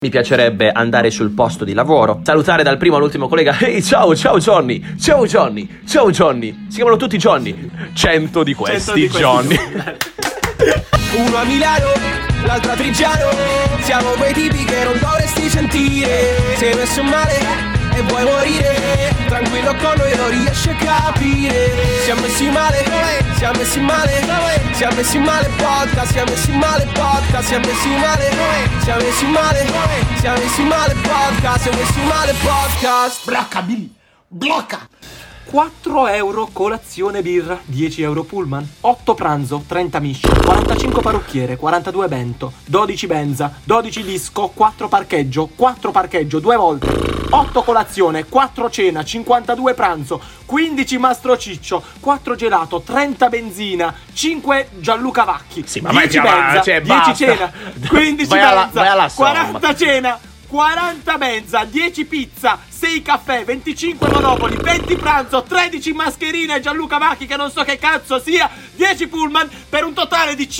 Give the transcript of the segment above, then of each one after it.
Mi piacerebbe andare sul posto di lavoro, salutare dal primo all'ultimo collega. Ehi, ciao Johnny, ciao Johnny, ciao Johnny. Si chiamano tutti Johnny. 100 di questi Johnny. Uno a Milano, l'altro a Trigiano. Siamo quei tipi che non dovresti sentire. Sei messo male e vuoi morire. Tranquillo con noi non riesci a capire. Siamo messi male, siamo messi male. Siamo messi male podcast, siamo messi male podcast. Siamo messi male, siamo messi male. Siamo messi male podcast, siamo messi male podcast. Blocca Billy, blocca. 4 euro colazione birra, 10 euro pullman, 8 pranzo, 30 misci, 45 parrucchiere, 42 bento, 12 benza, 12 disco, 4 parcheggio, 2 volte, 8 colazione, 4 cena, 52 pranzo, 15 Mastro Ciccio, 4 gelato, 30 benzina, 5 Gianluca Vacchi, sì, 10 benza, 10 cena, 15 benza, 40 cena, 40 benza, 10 pizza, 6 caffè, 25 monopoli, 20 pranzo, 13 mascherine Gianluca Vacchi che non so che cazzo sia, 10 pullman per un totale di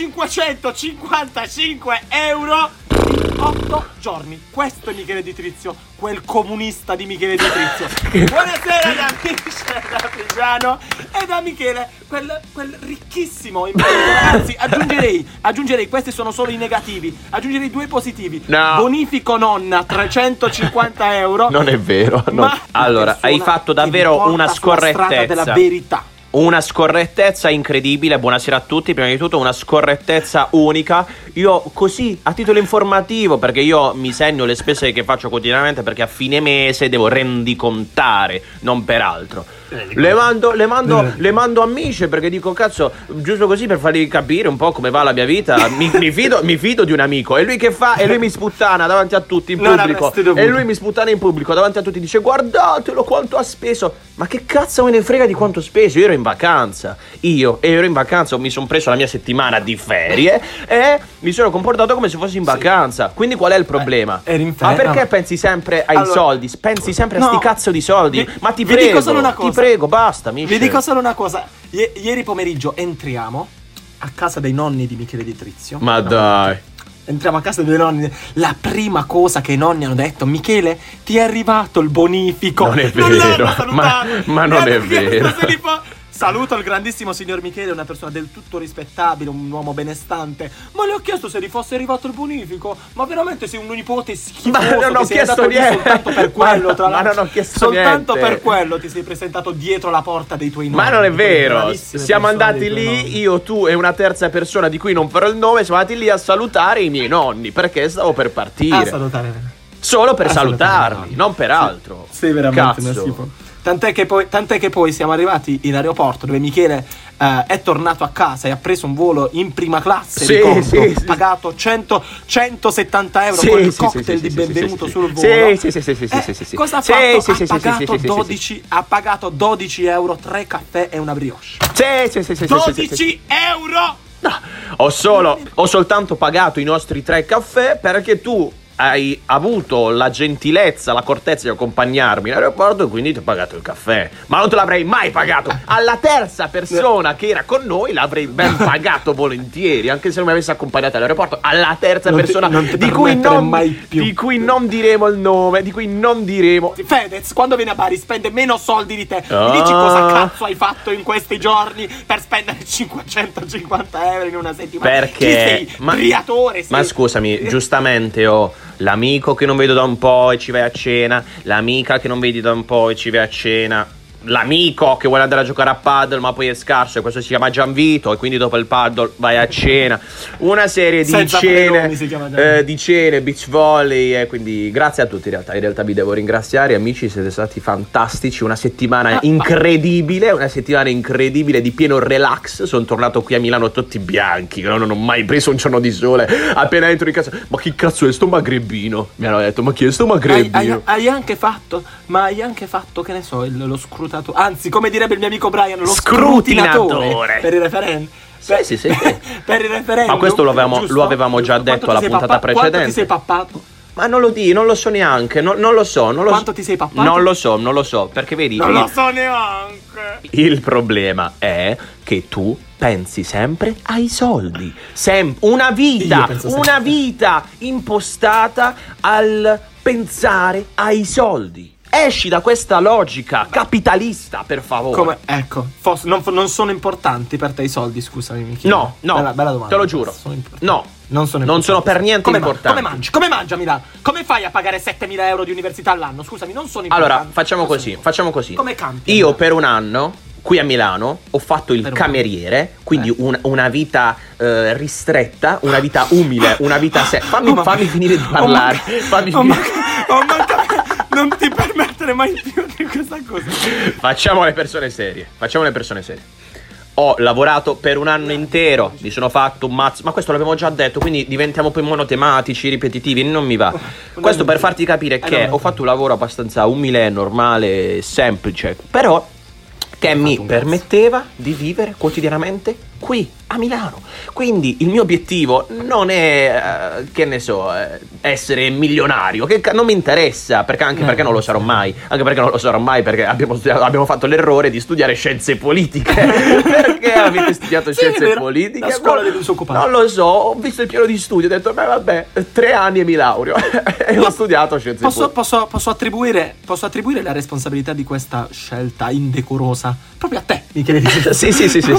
555 euro in 8 giorni. Questo è Michele Di Trizio, quel comunista di Michele Di Trizio. Buonasera da Michele da Pigiano e da Michele, quel ricchissimo imprenditore. Anzi, aggiungerei, questi sono solo i negativi, aggiungerei 2 positivi. No. Bonifico nonna 350 euro. Non è vero. Allora, hai fatto davvero una scorrettezza della verità. Una scorrettezza incredibile. Buonasera a tutti. Prima di tutto una scorrettezza unica. Io così a titolo informativo, perché io mi segno le spese che faccio quotidianamente, perché a fine mese devo rendicontare, non per altro. Le mando amici, perché dico cazzo, giusto così per fargli capire un po' come va la mia vita. Mi fido di un amico. E lui che fa? E lui mi sputtana davanti a tutti in pubblico. E lui mi sputtana in pubblico davanti a tutti. Dice guardatelo quanto ha speso. Ma che cazzo me ne frega di quanto ho speso? Io ero in vacanza. Mi sono preso la mia settimana di ferie e mi sono comportato come se fossi in vacanza. Quindi qual è il problema? Eri in Ma ferie? perché No. pensi sempre ai soldi? Pensi sempre a sti cazzo di soldi? Ma ti vi prego, dico solo una cosa. ti prego, basta, Michele. Vi dico solo una cosa. Ieri pomeriggio entriamo a casa dei nonni di Michele Di Trizio. Ma dai. Entriamo a casa dei nonni. La prima cosa che i nonni hanno detto: Michele, ti è arrivato il bonifico. Non è Non vero. l'hanno salutato. Ma non è Mi hanno chiesto vero. se li può- Saluto il grandissimo signor Michele, una persona del tutto rispettabile, un uomo benestante. Ma le ho chiesto se gli fosse arrivato il bonifico. Ma veramente sei un nipote schifoso. Ma non ho che sei chiesto andato lì niente. soltanto per quello, tra Ma l'altro. non ho chiesto soltanto niente. per quello ti sei presentato dietro la porta dei tuoi nonni. Ma non è vero. Bravissime Siamo persone andati dei tuoi lì, nonni. io, tu e una terza persona di cui non farò il nome. Siamo andati lì a salutare i miei nonni, perché stavo per partire. A salutare. Solo per Assolutamente salutarli, no. non per altro. Sei veramente una Cazzo. schifo. Tant'è che poi siamo arrivati in aeroporto dove Michele è tornato a casa e ha preso un volo in prima classe, Sì, ricordo, sì. pagato 170 euro Sì, con il sì, cocktail sì, di sì, benvenuto sì, sul sì. volo. Sì. Cosa ha Sì, fatto? sì, sì, sì, Ha pagato 12 euro, 3 caffè e una brioche. Sì. 12 euro! No, ho soltanto pagato i nostri 3 caffè perché tu hai avuto la gentilezza, la cortezza di accompagnarmi in aeroporto e quindi ti ho pagato il caffè. Ma non te l'avrei mai pagato. Alla terza persona che era con noi l'avrei ben pagato volentieri, anche se non mi avesse accompagnato all'aeroporto. Alla terza persona non ti di cui permettere mai più. di cui non diremo il nome, di cui non diremo. Fedez, quando viene a Bari, spende meno soldi di te. Ah. Mi dici cosa cazzo hai fatto in questi giorni per spendere 550 euro in una settimana? Perché? Chi sei? Briatore? Ma scusami, giustamente l'amico che non vedo da un po' e ci vai a cena, l'amica che non vedi da un po' e ci vai a cena, l'amico che vuole andare a giocare a paddle ma poi è scarso e questo si chiama Gianvito e quindi dopo il paddle vai a cena, una serie di Senza cene, prenomi si chiama Gianvito. di cene, beach volley e quindi grazie a tutti in realtà vi devo ringraziare amici, siete stati fantastici, una settimana incredibile di pieno relax, sono tornato qui a Milano tutti bianchi, non ho mai preso un giorno di sole, appena entro in casa, ma chi cazzo è sto magrebino? Mi hanno detto, ma chi è sto magrebino? Hai anche fatto, che ne so, lo scrutatore, anzi, come direbbe il mio amico Brian, lo scrutinatore per il referendum. Sì. Per il referendum. Ma questo lo avevamo già Giusto. detto Quanto alla ti sei puntata precedente. Quanto ti sei pappato? Ma non lo so neanche, non lo so. Quanto ti sei pappato? Non lo so, perché vedi... Non lo so neanche. Il problema è che tu pensi sempre ai soldi. Una vita impostata al pensare ai soldi. Esci da questa logica capitalista, per favore. Come? Ecco, non sono importanti per te i soldi, scusami, mi chiedo. No, bella domanda. te lo giuro. No, non sono per niente importanti. Come mangi a Milano? Come fai a pagare 7.000 euro di università all'anno? Scusami, non sono importanti. Allora, facciamo così. Come campi? Io per un anno qui a Milano ho fatto il cameriere, quindi una vita ristretta, una vita umile, una vita fammi finire di parlare. Non ti permettere mai più di questa cosa. Facciamo le persone serie. Ho lavorato per un anno intero, mi sono fatto un mazzo, ma questo l'abbiamo già detto, quindi diventiamo poi monotematici, ripetitivi, non mi va. Questo per farti capire che ho fatto un lavoro abbastanza umile, normale, semplice, però che mi permetteva di vivere quotidianamente qui a Milano. Quindi il mio obiettivo non è essere milionario, che non mi interessa, perché non lo sarò mai. Anche perché non lo sarò mai, perché abbiamo fatto l'errore di studiare scienze politiche. Perché avete studiato scienze politiche? La scuola dei disoccupati. Non lo so, ho visto il piano di studio, ho detto vabbè, 3 anni e mi laureo. E ho studiato scienze politiche. Posso attribuire la responsabilità di questa scelta indecorosa proprio a te, Michele Di Giusto. Sì.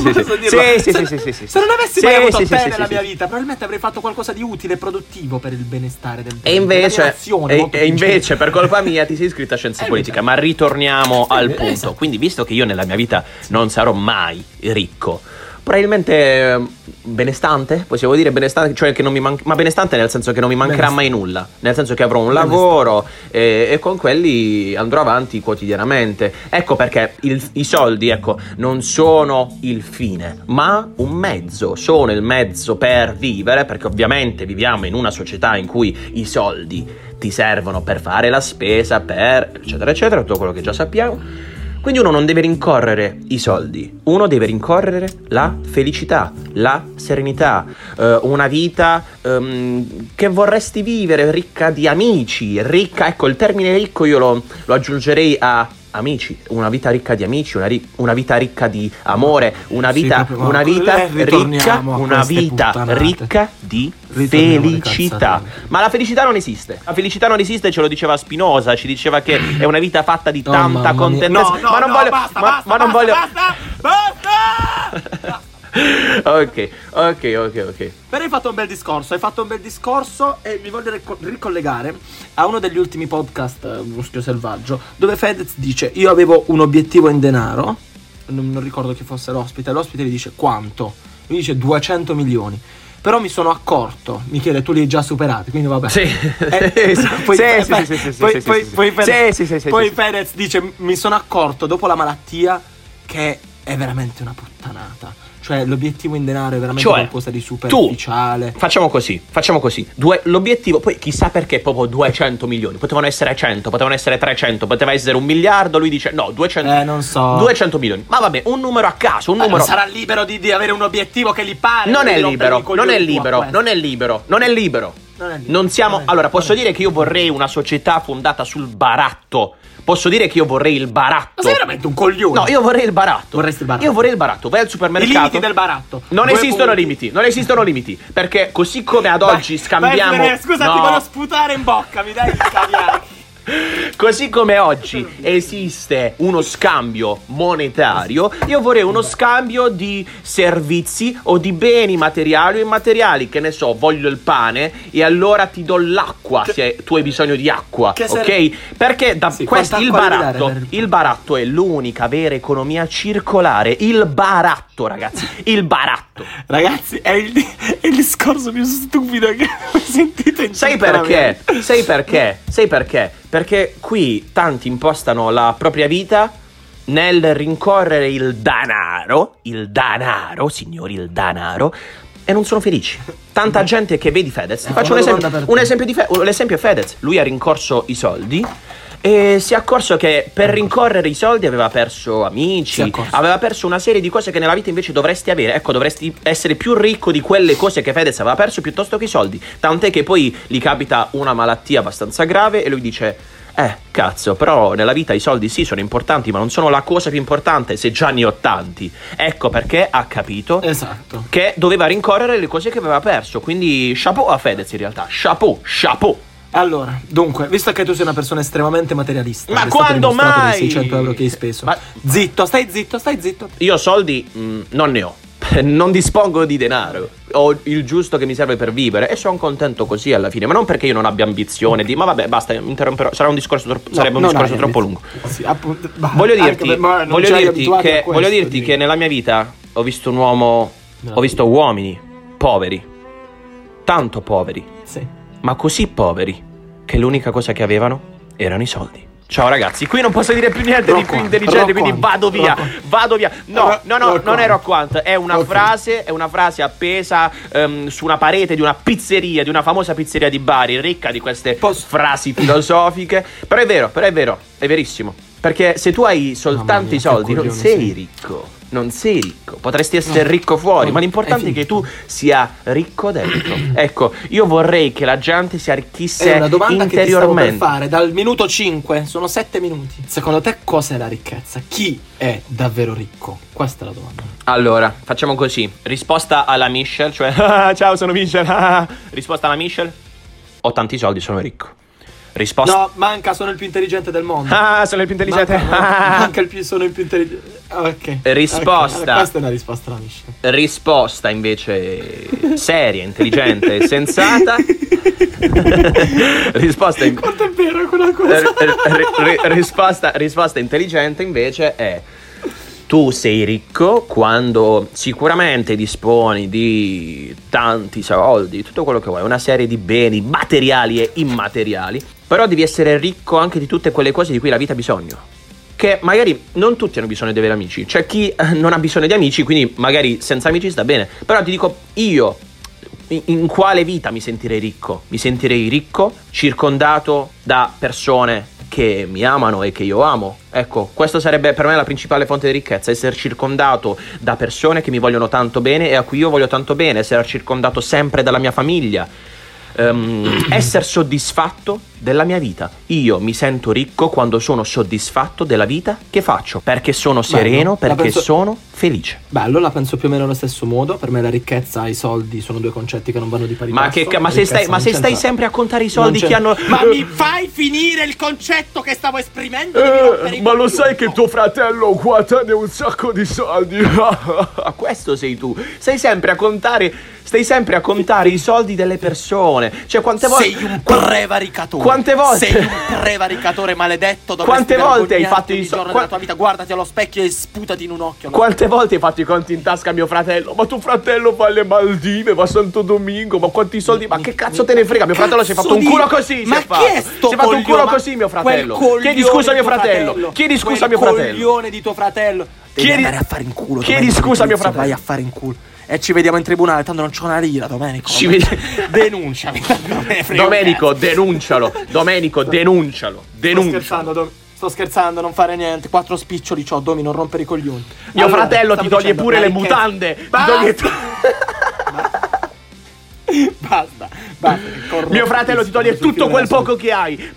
Se non avessi mai avuto te nella mia vita, probabilmente avrei fatto qualcosa di utile e produttivo per il benestare della mia nazione. E invece per colpa mia ti sei iscritta a scienze politiche. Ma ritorniamo al punto. Esatto. Quindi, visto che io nella mia vita non sarò mai ricco, probabilmente benestante, possiamo dire benestante, cioè che non mi ma benestante nel senso che non mi mancherà mai nulla, nel senso che avrò un lavoro e con quelli andrò avanti quotidianamente. Ecco perché i soldi, non sono il fine, ma un mezzo, sono il mezzo per vivere, perché ovviamente viviamo in una società in cui i soldi ti servono per fare la spesa, per eccetera eccetera, tutto quello che già sappiamo. Quindi uno non deve rincorrere i soldi, uno deve rincorrere la felicità, la serenità, una vita che vorresti vivere, ricca di amici, il termine ricco io lo aggiungerei a amici, una vita ricca di amici, una vita ricca di amore, una vita ricca di felicità. Ma la felicità non esiste. La felicità non esiste, ce lo diceva Spinoza, ci diceva che è una vita fatta di tanta contentezza. Basta! Ok. Però hai fatto un bel discorso e mi voglio ricollegare a uno degli ultimi podcast Muschio Selvaggio, dove Fedez dice: io avevo un obiettivo in denaro, non ricordo chi fosse l'ospite gli dice quanto? Lui dice 200 milioni. Però mi sono accorto, Michele, tu li hai già superati, quindi vabbè. Poi Fedez dice: mi sono accorto dopo la malattia che è veramente una puttanata. Cioè l'obiettivo in denaro è veramente qualcosa di superficiale. Facciamo così. L'obiettivo, poi chissà perché proprio 200 milioni. Potevano essere 100, potevano essere 300, poteva essere 1 miliardo. Lui dice no, 200. Non so. 200 milioni. Ma vabbè, un numero a caso, un numero. Non sarà libero di avere un obiettivo che gli pare. Non è libero. Non siamo. Allora, posso dire che io vorrei una società fondata sul baratto. Posso dire che io vorrei il baratto. Ma sei veramente un coglione? No, io vorrei il baratto. Vorresti il baratto? Io vorrei il baratto. Vai al supermercato. I limiti del baratto. Non esistono limiti. Perché così come ad oggi scambiamo. Scusa, ti voglio sputare in bocca. Mi dai il caviale. Così come oggi esiste uno scambio monetario, io vorrei uno scambio di servizi o di beni materiali o immateriali. Che ne so, voglio il pane e allora ti do l'acqua se tu hai bisogno di acqua, ok? Perché il baratto è l'unica vera economia circolare. Il baratto, ragazzi, Ragazzi, è il discorso più stupido che ho sentito in Sai perché? Perché qui tanti impostano la propria vita nel rincorrere il danaro, signori, il danaro, e non sono felici. Tanta gente che vedi Fedez, ti faccio un esempio è Fedez. Lui ha rincorso i soldi E si è accorso che per rincorrere i soldi aveva perso amici, aveva perso una serie di cose che nella vita invece dovresti avere. Ecco, dovresti essere più ricco di quelle cose che Fedez aveva perso piuttosto che i soldi. Tant'è che poi gli capita una malattia abbastanza grave e lui dice: cazzo, però nella vita i soldi sì sono importanti, ma non sono la cosa più importante se già ne ho tanti. Ecco perché ha capito che doveva rincorrere le cose che aveva perso. Quindi chapeau a Fedez in realtà, chapeau. Allora, dunque, visto che tu sei una persona estremamente materialista, ma quando mai? 600 euro che hai speso. Zitto, stai zitto. Io soldi non ne ho. Non dispongo di denaro. Ho il giusto che mi serve per vivere e sono contento così alla fine. Ma non perché io non abbia ambizione di... Ma vabbè, basta, interromperò. Sarebbe un discorso troppo lungo. Sì, appunto, voglio dirti che nella mia vita ho visto un uomo... Ho visto uomini poveri. Tanto poveri. Sì. Ma così poveri che l'unica cosa che avevano erano i soldi. Ciao ragazzi, qui non posso dire più niente di più intelligente, quindi vado via. No, non è Rock Hunt, è una frase appesa su una parete di una pizzeria, di una famosa pizzeria di Bari, ricca di queste frasi filosofiche. Però è vero, è verissimo. Perché se tu hai soltanto i soldi non sei ricco. Non sei ricco, potresti essere ricco fuori, ma l'importante è che tu sia ricco dentro. Ecco, io vorrei che la gente si arricchisse interiormente. È una domanda che ti stavo per fare dal minuto 5, sono 7 minuti. Secondo te cos'è la ricchezza? Chi è davvero ricco? Questa è la domanda. Allora, facciamo così. Risposta alla Michelle, cioè ciao, sono Michelle. Risposta alla Michelle: ho tanti soldi, sono ricco. Risposta... No, manca, sono il più intelligente del mondo. Sono il più intelligente. Sono il più intelligente. Ok. Risposta. Allora, questa è una risposta alla Michelle. Risposta invece seria, intelligente, sensata. Risposta quanto è vero quella cosa. Risposta intelligente invece è: tu sei ricco quando sicuramente disponi di tanti soldi, tutto quello che vuoi, una serie di beni materiali e immateriali, però devi essere ricco anche di tutte quelle cose di cui la vita ha bisogno. Che magari non tutti hanno bisogno di avere amici, c'è chi non ha bisogno di amici, quindi magari senza amici sta bene. Però ti dico, io in quale vita mi sentirei ricco? Mi sentirei ricco circondato da persone che mi amano e che io amo. Ecco, questo sarebbe per me la principale fonte di ricchezza: essere circondato da persone che mi vogliono tanto bene e a cui io voglio tanto bene, essere circondato sempre dalla mia famiglia, essere soddisfatto della mia vita. Io mi sento ricco quando sono soddisfatto della vita che faccio, perché sono sereno, perché sono felice. Bello, la penso più o meno allo stesso modo. Per me la ricchezza e i soldi sono due concetti che non vanno di pari passo. Ma se stai sempre a contare i soldi che hanno... Ma mi fai finire il concetto che stavo esprimendo? Ma lo sai che tuo fratello qua tiene un sacco di soldi? Questo sei tu. Stai sempre a contare i soldi delle persone. Cioè, quante volte... Sei un prevaricatore. Quante volte? Sei un prevaricatore maledetto. Quante volte hai fatto i soldi della tua vita? Guardati allo specchio e sputati in un occhio. No? Quante volte hai fatto i conti in tasca a mio fratello? Ma tuo fratello va alle Maldive, va a Santo Domingo, ma quanti soldi? Ma che cazzo te ne frega? Mio fratello si è fatto un culo così. Ma chi è sto si è fatto un culo così, mio fratello. Chiedi scusa a mio fratello. Chiedi scusa a mio fratello. Coglione di tuo fratello. Devi andare a fare in culo. Chiedi scusa a mio fratello. Vai a fare in culo. E ci vediamo in tribunale, tanto non c'ho una lira, Domenico. Denunciami. Domenico, denuncialo. Sto scherzando, non fare niente. 4 spiccioli c'ho, Domi, non rompere i coglioni. Mio fratello ti toglie pure le mutande. Basta. Mio fratello ti toglie tutto quel poco che hai.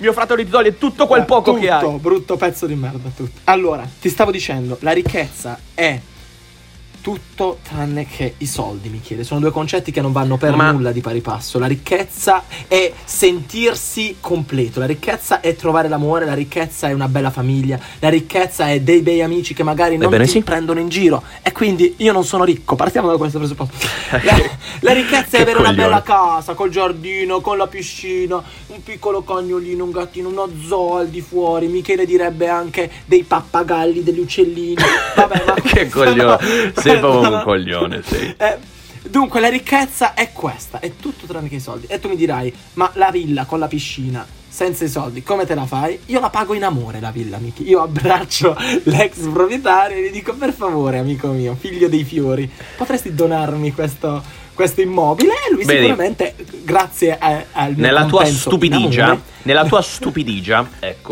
Brutto pezzo di merda, tutto. Allora, ti stavo dicendo, la ricchezza è tutto tranne che i soldi, Michele. Sono due concetti che non vanno per nulla di pari passo. La ricchezza è sentirsi completo, la ricchezza è trovare l'amore, la ricchezza è una bella famiglia, la ricchezza è dei bei amici che magari non ti prendono in giro. E quindi io non sono ricco, partiamo da questo presupposto. La ricchezza è avere una bella casa, col giardino, con la piscina, un piccolo cagnolino, un gattino, uno zoo al di fuori. Michele direbbe anche dei pappagalli, degli uccellini. Vabbè, ma che coglione. Sei proprio un coglione, sì. Dunque la ricchezza è questa, è tutto tranne che i soldi. E tu mi dirai, ma la villa con la piscina senza i soldi, come te la fai? Io la pago in amore la villa, Miki. Io abbraccio l'ex proprietario e gli dico: per favore, amico mio, figlio dei fiori, potresti donarmi questo immobile? E lui sicuramente, grazie al mio nella tua stupidigia, ecco,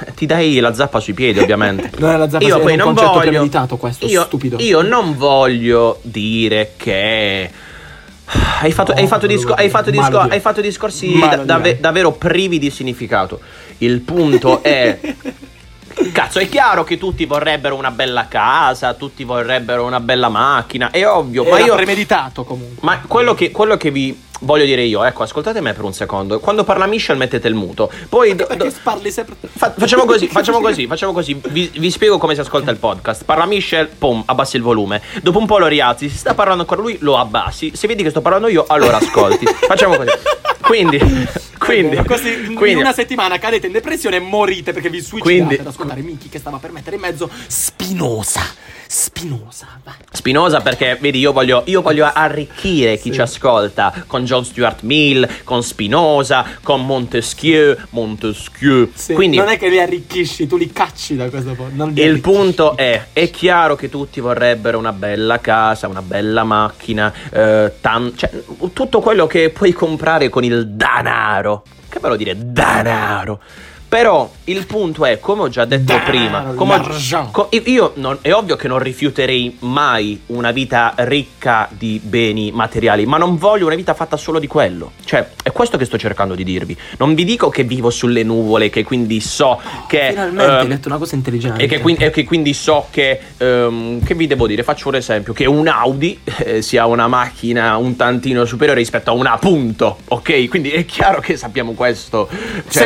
Ti dai la zappa sui piedi, ovviamente. Non è la zappa, io poi non voglio premeditato questo, stupido. Io non voglio dire che hai fatto discorsi davvero privi di significato. Il punto è cazzo, è chiaro che tutti vorrebbero una bella casa, tutti vorrebbero una bella macchina, è ovvio, ma io premeditato comunque. Ma quello che vi voglio dire io, ecco, ascoltate me per un secondo. Quando parla Michelle mettete il muto. Poi perché parli sempre. Facciamo così. Vi spiego come si ascolta il podcast. Parla Michelle, pum, abbassi il volume. Dopo un po' lo rialzi. Se sta parlando ancora lui, lo abbassi. Se vedi che sto parlando io, allora ascolti. Facciamo così. Quindi in una settimana cadete in depressione e morite perché vi suicidate ad ascoltare Miki che stava per mettere in mezzo Spinoza, vai. Spinoza, perché vedi, io voglio arricchire chi ci ascolta con John Stuart Mill, con Spinoza, con Montesquieu. Sì, quindi non è che li arricchisci, tu li cacci da questo punto. Il punto è chiaro che tutti vorrebbero una bella casa, una bella macchina, cioè, tutto quello che puoi comprare con il danaro. Che bello dire danaro. Però il punto è, come ho già detto prima, è ovvio che non rifiuterei mai una vita ricca di beni materiali, ma non voglio una vita fatta solo di quello. Cioè, è questo che sto cercando di dirvi. Non vi dico che vivo sulle nuvole, che quindi so che finalmente hai detto una cosa intelligente. E che quindi so che vi devo dire, faccio un esempio, che un Audi sia una macchina un tantino superiore rispetto a una Punto, ok? Quindi è chiaro che sappiamo questo. Cioè,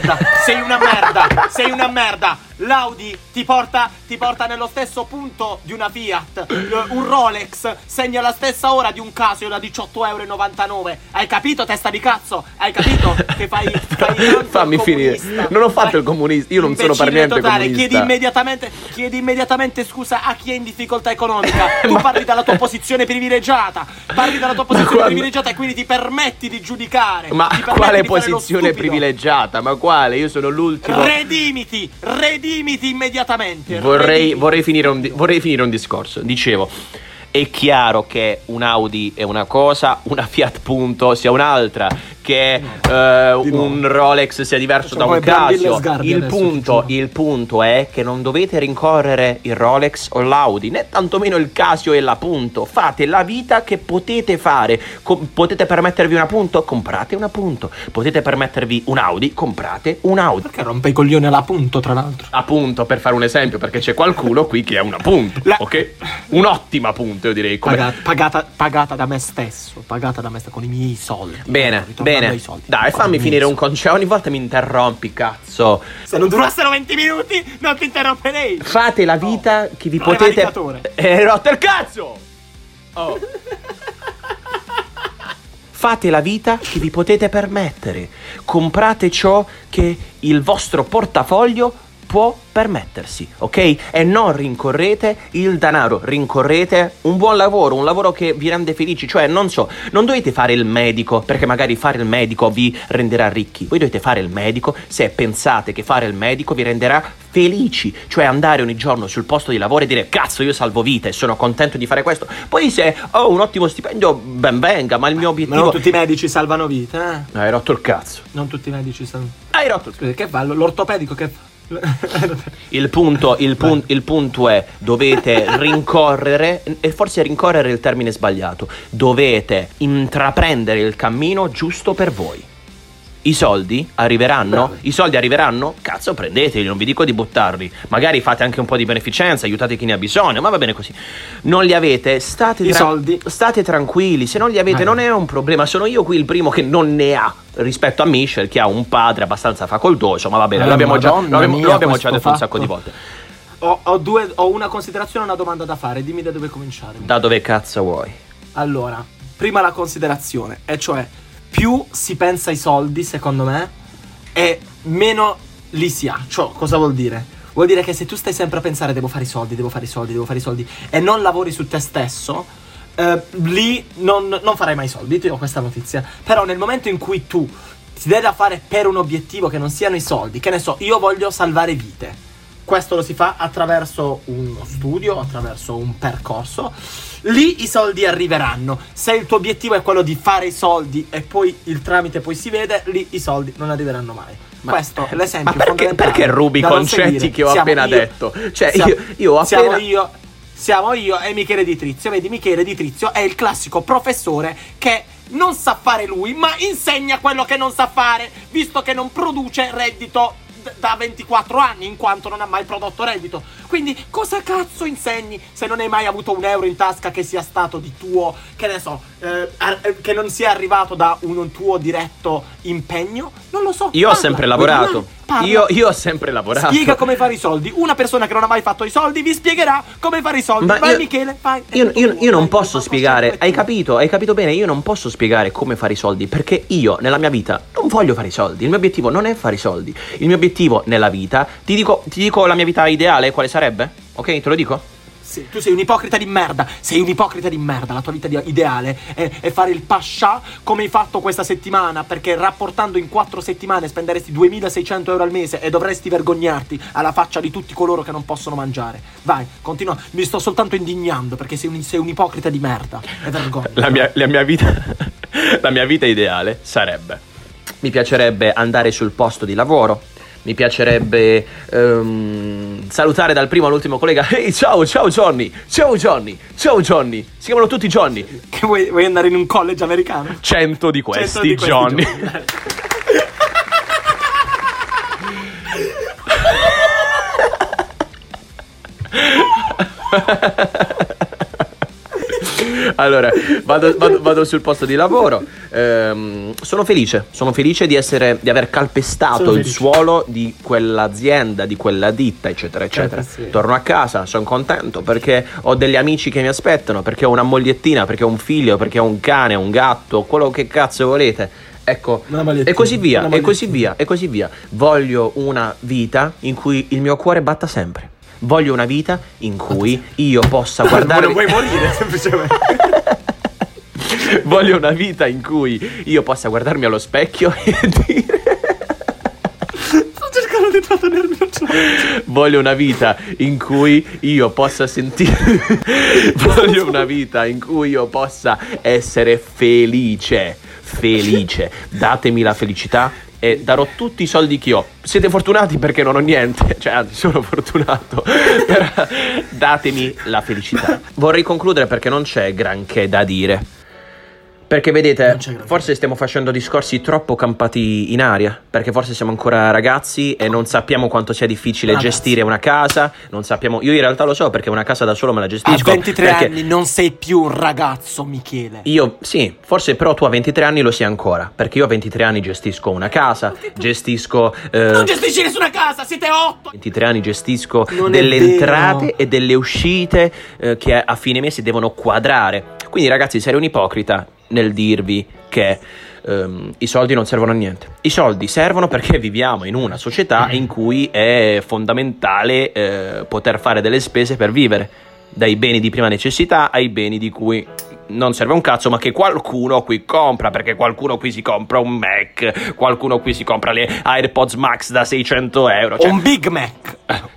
Sei una merda. L'Audi ti porta nello stesso punto di una Fiat. Un Rolex segna la stessa ora di un Casio da 18,99 €. Hai capito, testa di cazzo? Hai capito che fai fammi finire. Non ho fatto il comunista. Io non sono per niente comunista. Chiedi immediatamente scusa a chi è in difficoltà economica. Tu parli dalla tua posizione privilegiata. E quindi ti permetti di giudicare. Ma quale posizione privilegiata? Ma quale? Io sono l'ultimo. Redimiti immediatamente. Vorrei finire un discorso. Dicevo, è chiaro che un Audi è una cosa, una Fiat Punto sia un'altra, che un Rolex sia diverso da un Casio. Il punto è che non dovete rincorrere il Rolex o l'Audi, né tantomeno il Casio e la Punto. Fate la vita che potete fare. Potete permettervi una Punto? Comprate una Punto. Potete permettervi un Audi? Comprate un Audi. Perché rompe i coglioni alla Punto, tra l'altro? Appunto, per fare un esempio, perché c'è qualcuno qui che ha una Punto, ok? Un'ottima Punto, io direi. Pagata da me stesso, con i miei soldi. Bene. Dai, fammi finire un concetto. Ogni volta mi interrompi, cazzo. Se non durassero 20 minuti, non ti interromperei. Fate la vita che vi potete. Rotto il cazzo! Fate la vita che vi potete permettere. Comprate ciò che il vostro portafoglio può permettersi, ok? E non rincorrete il denaro, rincorrete un buon lavoro, un lavoro che vi rende felici. Cioè, non dovete fare il medico perché magari fare il medico vi renderà ricchi. Voi dovete fare il medico se pensate che fare il medico vi renderà felici, cioè andare ogni giorno sul posto di lavoro e dire cazzo, io salvo vite e sono contento di fare questo. Poi se ho un ottimo stipendio, ben venga, ma il mio obiettivo. Ma non tutti i medici salvano vite, Hai rotto il cazzo. Non tutti i medici salvano. Hai rotto il cazzo. Che fa l'ortopedico che fa? Il punto è, dovete rincorrere, e forse rincorrere è il termine sbagliato, dovete intraprendere il cammino giusto per voi. I soldi arriveranno? Bravo. I soldi arriveranno? Cazzo, prendeteli, non vi dico di buttarli. Magari fate anche un po' di beneficenza, aiutate chi ne ha bisogno, ma va bene così. Non li avete? State tranquilli, se non li avete non è un problema. Sono io qui il primo che non ne ha, rispetto a Michelle che ha un padre abbastanza facoltoso, ma va bene, lo abbiamo già detto un sacco di volte. Ho una considerazione e una domanda da fare, dimmi da dove cominciare. Da dove cazzo vuoi? Allora, prima la considerazione, e cioè più si pensa ai soldi, secondo me, e meno li si ha. Cioè, cosa vuol dire? Vuol dire che se tu stai sempre a pensare devo fare i soldi e non lavori su te stesso, lì non farai mai soldi. Ti do questa notizia. Però nel momento in cui tu ti devi da fare per un obiettivo che non siano i soldi, che ne so, io voglio salvare vite, questo lo si fa attraverso uno studio, attraverso un percorso. Lì i soldi arriveranno. Se il tuo obiettivo è quello di fare i soldi e poi il tramite poi si vede, lì i soldi non arriveranno mai. questo è l'esempio ma fondamentale. perché rubi i da non concetti seguire. che ho appena detto? Cioè, io ho appena... Siamo io e Michele Di Trizio. Vedi, Michele Di Trizio è il classico professore che non sa fare lui, ma insegna quello che non sa fare, visto che non produce reddito da 24 anni, in quanto non ha mai prodotto reddito. Quindi cosa cazzo insegni se non hai mai avuto un euro in tasca che sia stato di tuo, che ne so, che non sia arrivato da un tuo diretto impegno? Non lo so. Io ho sempre lavorato. Io ho sempre lavorato. Spiega come fare i soldi. Una persona che non ha mai fatto i soldi vi spiegherà come fare i soldi. Vai, Michele, vai. Io non posso spiegare. Hai capito bene? Io non posso spiegare come fare i soldi, perché io nella mia vita non voglio fare i soldi. Il mio obiettivo non è fare i soldi. Il mio obiettivo nella vita, ti dico la mia vita ideale quale sarebbe? Ok, te lo dico? Sì, tu sei un ipocrita di merda. Sei un ipocrita di merda. La tua vita ideale è fare il pascià come hai fatto questa settimana, perché rapportando in 4 settimane spenderesti 2.600 euro al mese e dovresti vergognarti alla faccia di tutti coloro che non possono mangiare. Vai, continua. Mi sto soltanto indignando perché sei un ipocrita di merda. È vergogna. La mia vita ideale sarebbe: mi piacerebbe andare sul posto di lavoro. Mi piacerebbe salutare dal primo all'ultimo collega. Ehi, ciao Johnny. Ciao Johnny. Si chiamano tutti Johnny. Che vuoi andare in un college americano? 100 di questi Johnny. Allora, vado sul posto di lavoro. Sono felice di aver calpestato il suolo di quell'azienda, di quella ditta, eccetera, eccetera. Sì. Torno a casa, sono contento perché ho degli amici che mi aspettano, perché ho una mogliettina, perché ho un figlio, perché ho un cane, un gatto, quello che cazzo volete. Ecco, e così via. Voglio una vita in cui il mio cuore batta sempre. Voglio una vita in cui io possa guardare... Non vuoi morire, semplicemente. Voglio una vita in cui io possa guardarmi allo specchio e dire... Sto cercando di trattenermi. Voglio una vita in cui io possa sentire... Voglio una vita in cui io possa essere felice. Datemi la felicità e darò tutti i soldi che ho. Siete fortunati perché non ho niente, cioè anzi sono fortunato. Però datemi la felicità. Vorrei concludere perché non c'è granché da dire. Perché vedete, forse stiamo facendo discorsi troppo campati in aria, perché forse siamo ancora ragazzi e non sappiamo quanto sia difficile gestire una casa, non sappiamo, io in realtà lo so perché una casa da solo me la gestisco. A 23 anni non sei più un ragazzo, Michele. Io, sì, forse però tu a 23 anni lo sei ancora, perché io a 23 anni gestisco una casa, gestisco... Non gestisci nessuna casa, siete 8! 23 anni gestisco delle entrate e delle uscite che a fine mese devono quadrare. Quindi ragazzi, sarei un ipocrita nel dirvi che i soldi non servono a niente. I soldi servono perché viviamo in una società in cui è fondamentale poter fare delle spese per vivere, dai beni di prima necessità ai beni di cui non serve un cazzo ma che qualcuno qui compra, perché qualcuno qui si compra un Mac, qualcuno qui si compra le AirPods Max da 600 euro, cioè... un Big Mac.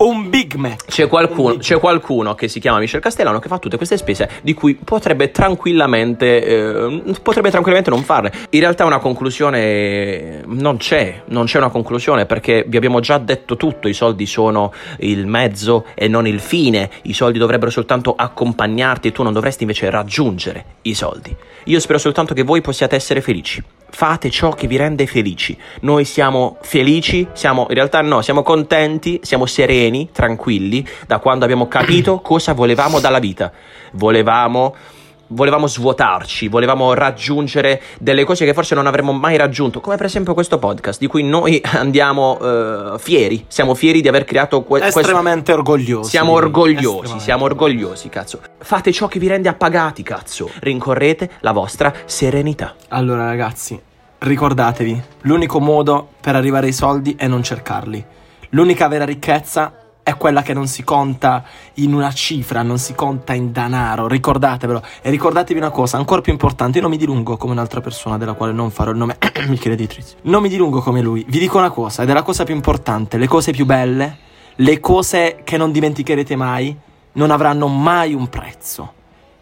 C'è qualcuno che si chiama Michel Castellano che fa tutte queste spese di cui potrebbe tranquillamente non farle. In realtà una conclusione non c'è una conclusione, perché vi abbiamo già detto tutto. I soldi sono il mezzo e non il fine. I soldi dovrebbero soltanto accompagnarti e tu non dovresti invece raggiungere i soldi. Io spero soltanto che voi possiate essere felici. Fate ciò che vi rende felici. Noi siamo felici, siamo contenti, siamo sereni, tranquilli da quando abbiamo capito cosa volevamo dalla vita. Volevamo svuotarci, volevamo raggiungere delle cose che forse non avremmo mai raggiunto, come per esempio questo podcast di cui noi andiamo fieri. Siamo fieri di aver creato estremamente orgogliosi. Siamo orgogliosi, cazzo. Fate ciò che vi rende appagati, cazzo. Rincorrete la vostra serenità. Allora ragazzi, ricordatevi, l'unico modo per arrivare ai soldi è non cercarli. L'unica vera ricchezza è quella che non si conta in una cifra, non si conta in denaro, ricordatevelo. E ricordatevi una cosa ancora più importante: io non mi dilungo come un'altra persona della quale non farò il nome, Michele Di Trizio. Non mi dilungo come lui, vi dico una cosa, ed è la cosa più importante: le cose più belle, le cose che non dimenticherete mai, non avranno mai un prezzo.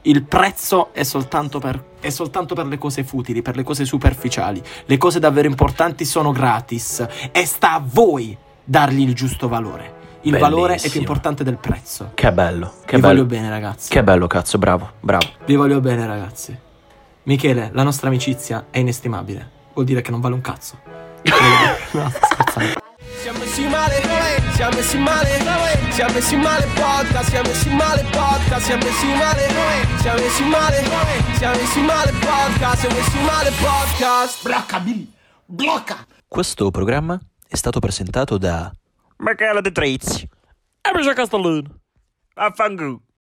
Il prezzo è soltanto per le cose futili, per le cose superficiali. Le cose davvero importanti sono gratis e sta a voi dargli il giusto valore. Il valore è più importante del prezzo. Che bello, che Vi bello. voglio bene, ragazzi. Che bello, cazzo, bravo. Vi voglio bene, ragazzi. Michele, la nostra amicizia è inestimabile. Vuol dire che non vale un cazzo. No, sto scherzando. Siamo messi male, siamo messi male, siamo messi male podcast, siamo messi male podcast, siamo messi male, siamo messi male, siamo messi male podcast, siamo messi male podcast. Blocca Billy, blocca. Questo programma è stato presentato da Michele De Trezzi e Michele Castellone. Affanculo.